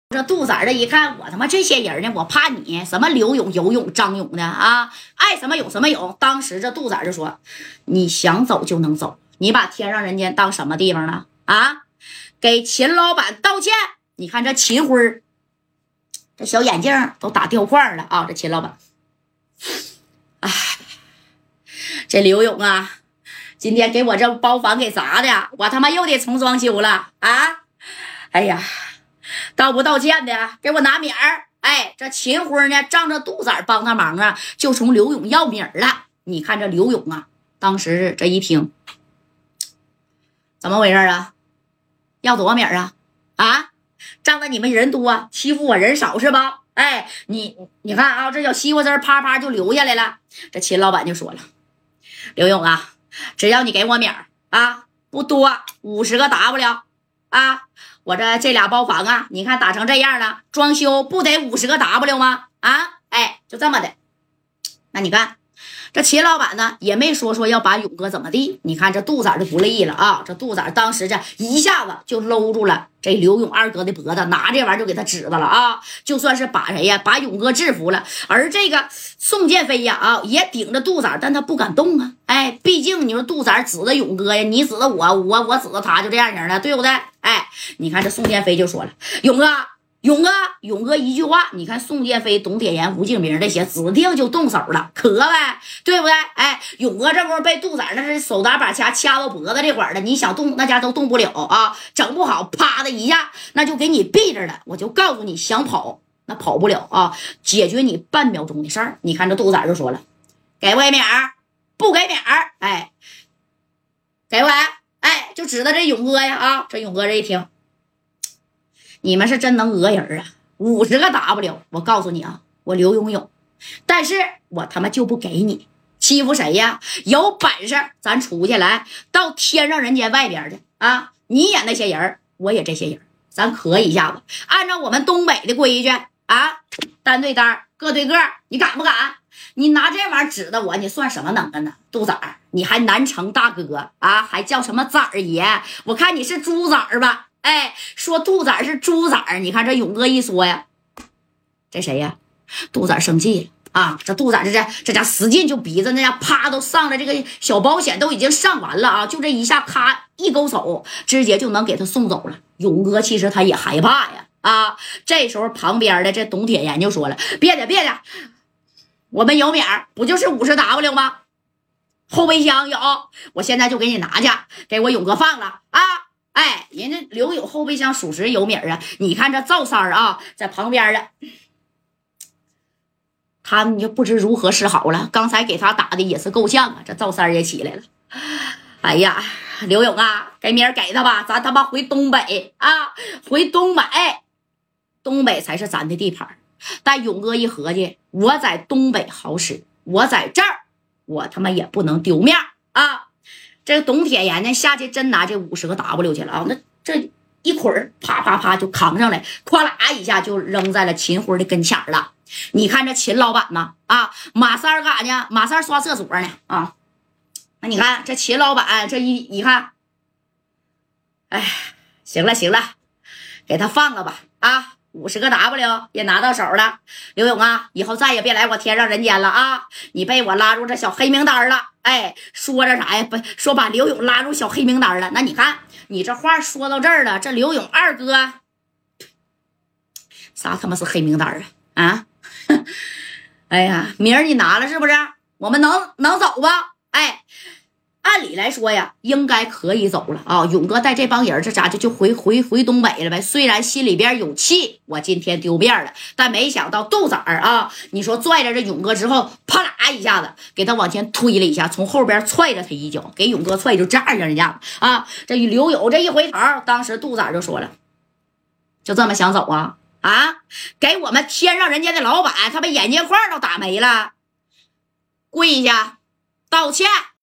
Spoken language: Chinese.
这杜仔这一看，我他妈这些人呢，我怕你什么刘勇、游勇、张勇的啊，爱什么勇什么勇。当时这杜仔就说：“你想走就能走，你把天上人间当什么地方了啊？给秦老板道歉！你看这秦辉儿，这小眼镜都打掉框了啊！这秦老板，哎，这刘勇啊，今天给我这包房给砸的，我他妈又得重装修了啊！哎呀！”道不道歉的，给我拿米儿！哎，这秦辉呢，仗着杜仔帮他忙啊，就从刘勇要米儿了。你看这刘勇啊，当时这一听，怎么回事啊？要多少米儿啊？啊，仗着你们人多，欺负我人少是吧？哎，你看啊，这小西瓜汁啪啪就流下来了。这秦老板就说了：“刘勇啊，只要你给我米儿啊，不多50个 W 啊。”我这俩包房啊，你看打成这样了，装修不得50个 W 吗？啊，哎，就这么的。那你看，这秦老板呢也没说要把勇哥怎么地。你看这杜仔就不乐意了啊！这杜仔当时这一下子就搂住了这刘勇二哥的脖子，拿这玩意儿就给他指着了啊！就算是把谁呀，把勇哥制服了。而这个宋建飞呀啊，也顶着杜仔，但他不敢动啊！哎，毕竟你说杜仔指着勇哥呀，你指着我指着他，就这样型的，对不对？哎，你看这宋建飞就说了：“勇哥一句话，你看宋建飞、董铁岩、吴敬明这些指定就动手了，可呗，对不对？哎，勇哥这不是被杜仔那是手拿把掐到脖子这块儿的，你想动那家都动不了啊，整不好啪的一下那就给你毙着了。我就告诉你，想跑那跑不了啊，解决你半秒钟的事儿。你看这杜仔就说了：给我一米儿，不给米儿，哎，给我，哎，就指着这勇哥呀啊！这勇哥这一听。”你们是真能讹人啊！50个 W， 我告诉你啊，我刘勇勇，但是我他妈就不给你，欺负谁呀？有本事咱出去来，到天上人间外边的啊！你演那些人，我也这些人，咱磕一下子，按照我们东北的规矩啊，单对单，个对个，你敢不敢？你拿这玩意儿指着我，你算什么能耐呢？杜仔，你还南城大哥啊？还叫什么崽儿爷？我看你是猪崽儿吧？哎，说杜仔是猪崽儿，你看这勇哥一说呀，这谁呀？杜仔生气了啊！这杜仔这家使劲就逼着那家啪都上了，这个小保险都已经上完了啊！就这一下咔一勾手，直接就能给他送走了。勇哥其实他也害怕呀啊！这时候旁边的这董铁岩就说了：别的，我们有米儿不就是50 W 吗？后备箱有，我现在就给你拿去，给我勇哥放了啊！哎，人家刘勇后备箱属实有米儿啊！你看这赵三儿啊，在旁边的，他们就不知如何是好了。刚才给他打的也是够呛啊！这赵三儿也起来了。哎呀，刘勇啊，给米儿给他吧，咱他妈回东北啊，回东北，东北才是咱的地盘。但勇哥一合计，我在东北好使，我在这儿，我他妈也不能丢面啊！这个董铁岩呢，下去真拿这50个 W 去了啊！那这一捆儿啪啪啪就扛上来，咵啦一下就扔在了秦辉的跟前了。你看这秦老板呢啊，马三干啥呢？马三刷厕所呢啊！那你看这秦老板这一看，哎，行了，给他放了吧啊！50个 W 也拿到手了，刘勇啊，以后再也别来我天上人间了啊！你被我拉入这小黑名单了，哎，说着啥呀？不说把刘勇拉入小黑名单了？那你看，你这话说到这儿了，这刘勇二哥啥他妈是黑名单啊？啊，哎呀，名儿你拿了是不是？我们能走吧？哎。按理来说呀，应该可以走了啊！勇哥带这帮人，这家就回东北了呗。虽然心里边有气，我今天丢面了，但没想到豆仔儿啊，你说拽着这勇哥之后，啪啦一下子给他往前推了一下，从后边踹着他一脚，给勇哥踹就这样人家啊！这刘勇这一回头，当时杜仔就说了：“就这么想走啊？啊，给我们天上人间的老板，他把眼镜框都打没了，跪下道歉。”